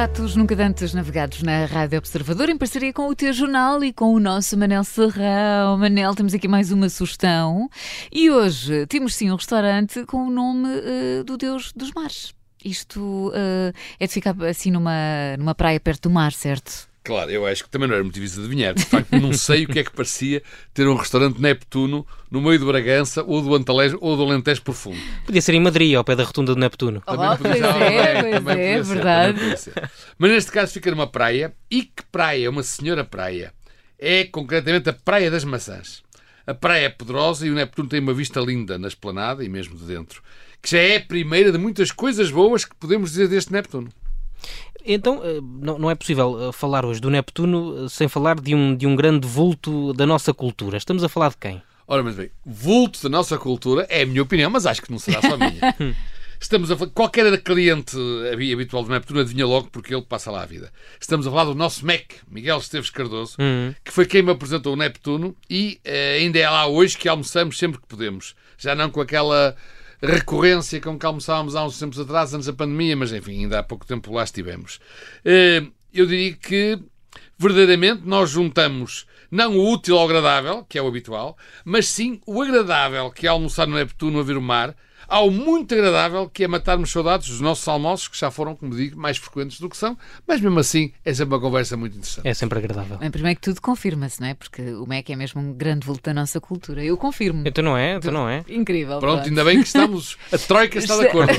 Pratos nunca antes navegados na Rádio Observador, em parceria com o T-Jornal e com o nosso Manel Serrão. Manel, temos aqui mais uma sugestão. E hoje temos sim um restaurante com o nome do Deus dos Mares. Isto é de ficar assim numa praia perto do mar, certo? Claro, eu acho que também não era muito difícil de adivinhar. De facto, não sei o que é que parecia ter um restaurante Neptuno no meio de Bragança, ou do Antalejo, ou do Alentejo Profundo. Podia ser em Madrid, ao pé da rotunda do Neptuno. Também podia ser, verdade. Mas neste caso fica numa praia. E que praia? Uma senhora praia. É concretamente a Praia das Maçãs. A praia é poderosa e o Neptuno tem uma vista linda na esplanada e mesmo de dentro, que já é a primeira de muitas coisas boas que podemos dizer deste Neptuno. Então, não é possível falar hoje do Neptuno sem falar de um grande vulto da nossa cultura. Estamos a falar de quem? Ora, mas bem, vulto da nossa cultura é a minha opinião, mas acho que não será só a minha. Estamos a falar, qualquer cliente habitual do Neptuno adivinha logo porque ele passa lá a vida. Estamos a falar do nosso MEC, Miguel Esteves Cardoso, que foi quem me apresentou o Neptuno e ainda é lá hoje que almoçamos sempre que podemos. Já não com aquela recorrência com que almoçávamos há uns tempos atrás, antes da pandemia, mas enfim, ainda há pouco tempo lá estivemos. Eu diria que verdadeiramente nós juntamos não o útil ao agradável, que é o habitual, mas sim o agradável, que é almoçar no Neptuno a ver o mar, ao muito agradável, que é matarmos saudades dos nossos almoços, que já foram, como digo, mais frequentes do que são, mas mesmo assim é sempre uma conversa muito interessante. É sempre agradável. Bem, primeiro que tudo confirma-se, não é? Porque o MEC é mesmo um grande vulto da nossa cultura. Eu confirmo. Então não é? Incrível. Pronto, ainda bem que estamos... A Troika está de acordo.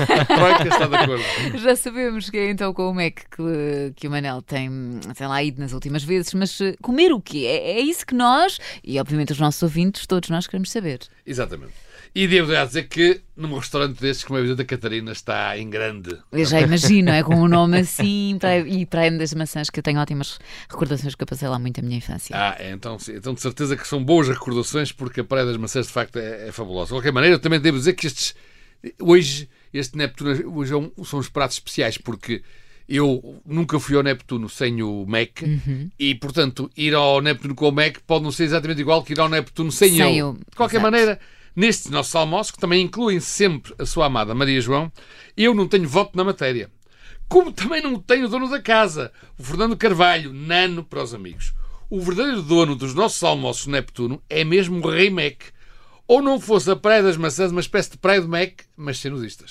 Já sabemos que é então com o MEC que o Manel tem lá ido nas últimas vezes, mas comer o quê? É isso que nós, e obviamente os nossos ouvintes, todos nós queremos saber. Exatamente. E devo dizer que num restaurante destes, como a vida da Catarina, está em grande. Eu já imagino, é com um nome assim, e Praia das Maçãs, que eu tenho ótimas recordações, que eu passei lá muito a minha infância. Então de certeza que são boas recordações, porque a Praia das Maçãs de facto é fabulosa. De qualquer maneira, eu também devo dizer que hoje este Neptuno são os pratos especiais, porque eu nunca fui ao Neptuno sem o MEC e, portanto, ir ao Neptuno com o MEC pode não ser exatamente igual que ir ao Neptuno sem eu. De qualquer maneira, nestes nossos almoços, que também incluem sempre a sua amada Maria João, eu não tenho voto na matéria. Como também não tenho o dono da casa, o Fernando Carvalho, nano para os amigos. O verdadeiro dono dos nossos almoços no Neptuno é mesmo o Rei MEC. Ou não fosse a Praia das Maçãs, uma espécie de praia do MEC, mas sem nudistas.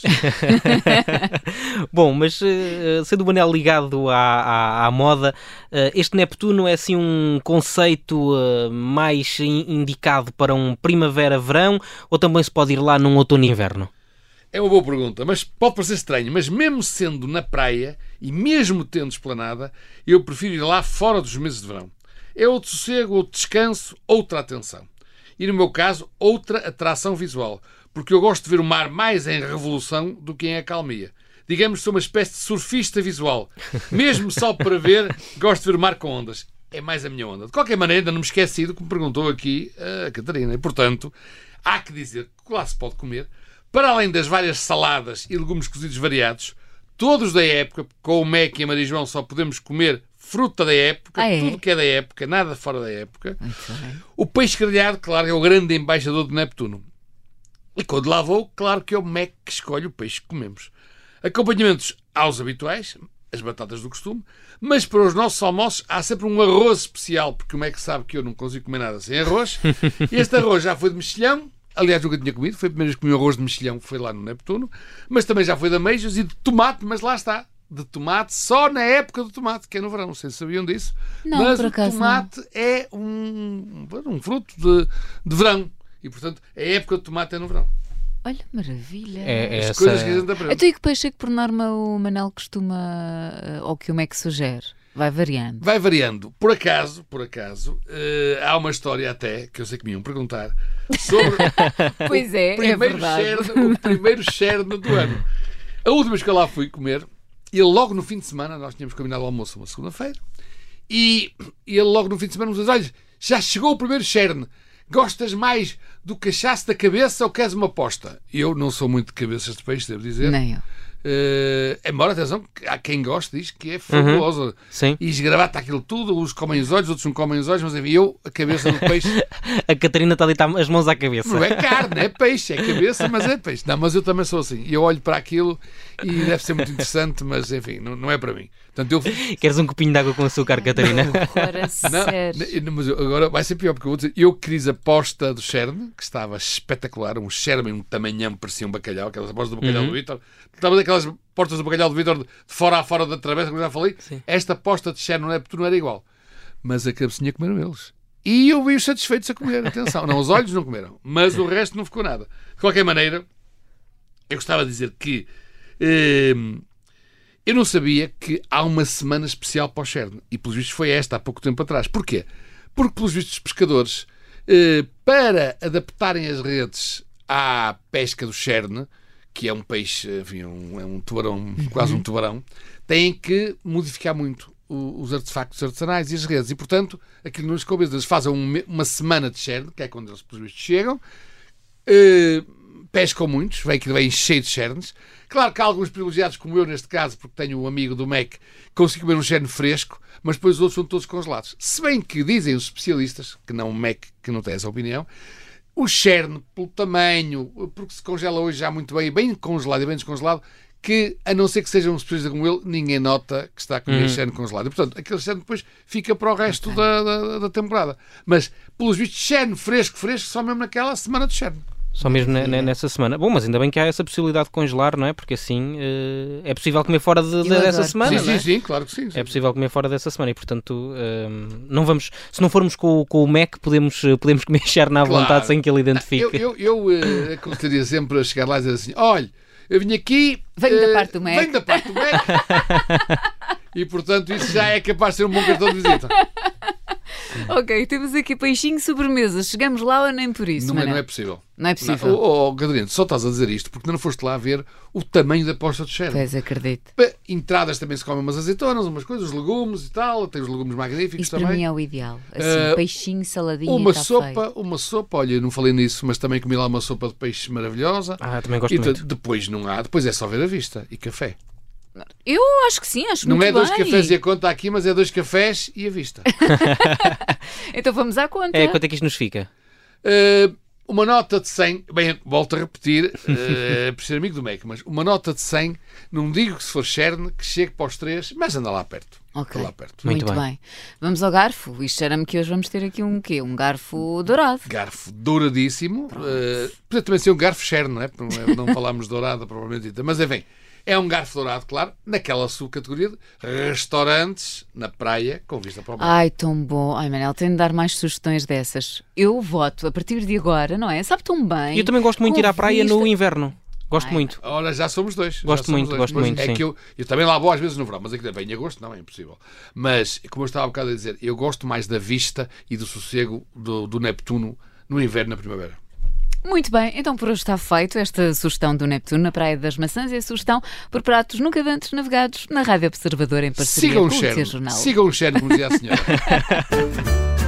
Bom, mas sendo o Manel ligado à moda, este Neptuno é assim um conceito mais indicado para um primavera-verão, ou também se pode ir lá num outono e inverno? É uma boa pergunta, mas pode parecer estranho, mas mesmo sendo na praia e mesmo tendo esplanada, eu prefiro ir lá fora dos meses de verão. É outro sossego, outro descanso, outra atenção. E no meu caso, outra atração visual, porque eu gosto de ver o mar mais em revolução do que em acalmia. Digamos que sou uma espécie de surfista visual. Mesmo só para ver, gosto de ver o mar com ondas. É mais a minha onda. De qualquer maneira, ainda não me esqueci do que me perguntou aqui a Catarina. E, portanto, há que dizer que lá se pode comer, para além das várias saladas e legumes cozidos variados, todos da época, com o MEC e a Maria João só podemos comer fruta da época, tudo que é da época, nada fora da época. O peixe grelhado, claro, é o grande embaixador do Neptuno. E quando lá vou, claro que é o MEC que escolhe o peixe que comemos. Acompanhamentos aos habituais, as batatas do costume, mas para os nossos almoços há sempre um arroz especial, porque o MEC sabe que eu não consigo comer nada sem arroz. Este arroz já foi de mexilhão, aliás nunca tinha comido, foi a primeira vez que comi um arroz de mexilhão, foi lá no Neptuno, mas também já foi de ameijos e de tomate, mas lá está. De tomate, só na época do tomate, que é no verão, não sei se sabiam disso. Não, mas por acaso o tomate é um fruto de verão. E, portanto, a época do tomate é no verão. Olha, maravilha. As coisas que a gente aprende. Então, e que peixe é que por norma o Manel costuma, ou que o MEC sugere? Vai variando. Vai variando. Por acaso, há uma história até, que eu sei que me iam perguntar, sobre pois é verdade. O primeiro cherne do ano. A última vez que eu lá fui comer, ele logo no fim de semana, nós tínhamos combinado o almoço uma segunda-feira, e ele logo no fim de semana nos diz: olha, já chegou o primeiro cherne, gostas mais do cachaço da cabeça ou queres uma aposta? Eu não sou muito de cabeças de peixe, devo dizer. Nem eu. Embora, atenção, há quem goste, diz que é fabulosa. Sim. E esgravata aquilo tudo, uns comem os olhos, outros não comem os olhos, mas enfim, eu, a cabeça do peixe... A Catarina está ali, as mãos à cabeça. Não é carne, é peixe, é cabeça, mas é peixe. Não, mas eu também sou assim. E eu olho para aquilo e deve ser muito interessante, mas enfim, não é para mim. Portanto, eu... Queres um copinho de água com açúcar, Catarina? Agora, sério. Mas agora vai ser pior, porque eu vou dizer, eu quis a posta do Cherne, que estava espetacular, um Cherne, um tamanhão, parecia um bacalhau, aquelas postas do bacalhau do Vítor. Estava daquelas portas do bacalhau do Vítor de fora a fora da travessa, como já falei. Sim. Esta posta de Cherne no Neptuno era igual. Mas a cabecinha comeram eles. E eu vi-os satisfeitos a comer, atenção. Não, os olhos não comeram, mas o resto não ficou nada. De qualquer maneira, eu gostava de dizer que eu não sabia que há uma semana especial para o Cherne. E, pelos vistos, foi esta, há pouco tempo atrás. Porquê? Porque, pelos vistos, os pescadores, para adaptarem as redes à pesca do Cherne, que é um peixe, enfim, é um tubarão, quase um tubarão, têm que modificar muito os artefactos artesanais e as redes. E, portanto, aquilo não lhes coube. Eles fazem uma semana de Cherne, que é quando eles, pelos vistos, chegam, pescam muitos, vem cheio de chernes. Claro que há alguns privilegiados, como eu neste caso, porque tenho um amigo do MEC, consigo comer um cherne fresco, mas depois os outros são todos congelados. Se bem que dizem os especialistas, que não o MEC, que não tem essa opinião, o cherne, pelo tamanho, porque se congela hoje já muito bem congelado e bem descongelado, que, a não ser que seja um especialista como ele, ninguém nota que está a comer cherne congelado. E, portanto, aquele cherne depois fica para o resto da temporada. Mas, pelos vistos, cherne fresco, só mesmo naquela semana de cherne. Só mesmo nessa semana. Bom, mas ainda bem que há essa possibilidade de congelar, não é? Porque assim é possível comer fora dessa semana, sim, não é? Sim, claro que sim. É possível comer fora dessa semana e, portanto, não vamos... Se não formos com o Mac, podemos comer cherne à vontade sem que ele identifique. Eu aconselharia sempre a chegar lá e dizer assim, olha, eu vim aqui... Venho da parte do Mac. Venho da parte do Mac. E, portanto, isso já é capaz de ser um bom cartão de visita. Ok, temos aqui peixinho sobremesa. Chegamos lá ou nem por isso? Não é possível. Não é possível. Catarina, só estás a dizer isto porque não foste lá ver o tamanho da posta de cherne. Pois, acredito. Entradas também se comem umas azeitonas, umas coisas, os legumes e tal. Tem os legumes magníficos isso também. Para mim é o ideal. Assim, peixinho, saladinho uma e sopa, olha, não falei nisso, mas também comi lá uma sopa de peixe maravilhosa. Também gosto muito. Depois é só ver a vista e café. Eu acho que sim, acho não muito bem. Não é 2 cafés e a conta aqui, mas é 2 cafés e a vista. Então vamos à conta. Quanto é que isto nos fica? Uma nota de 100, bem, volto a repetir, por ser amigo do MEC, mas uma nota de 100, não digo que se for cherne, que chegue para os 3, mas anda lá perto. Ok, lá perto. Muito bem. Vamos ao garfo. Isto cheira-me que hoje vamos ter aqui um quê? Um garfo dourado. Garfo douradíssimo. Pode também ser um garfo cherne, não é? Não falámos dourada, provavelmente, mas enfim. É um garfo dourado, claro, naquela subcategoria de restaurantes na praia com vista para o mar. Ai, tão bom. Ai, Manel, tenho de dar mais sugestões dessas. Eu voto a partir de agora, não é? Sabe tão bem. Eu também gosto muito de ir à praia no inverno. Gosto muito. Olha, já somos dois. Gosto muito, é sim. Que eu também lá vou às vezes no verão, mas aqui também em agosto não, é impossível. Mas, como eu estava há bocado a dizer, eu gosto mais da vista e do sossego do Neptuno no inverno e na primavera. Muito bem, então por hoje está feito esta sugestão do Neptuno na Praia das Maçãs e a sugestão por pratos nunca antes navegados na Rádio Observador em parceria com o Jornal. Sigam o Cherne, como dizia a senhora.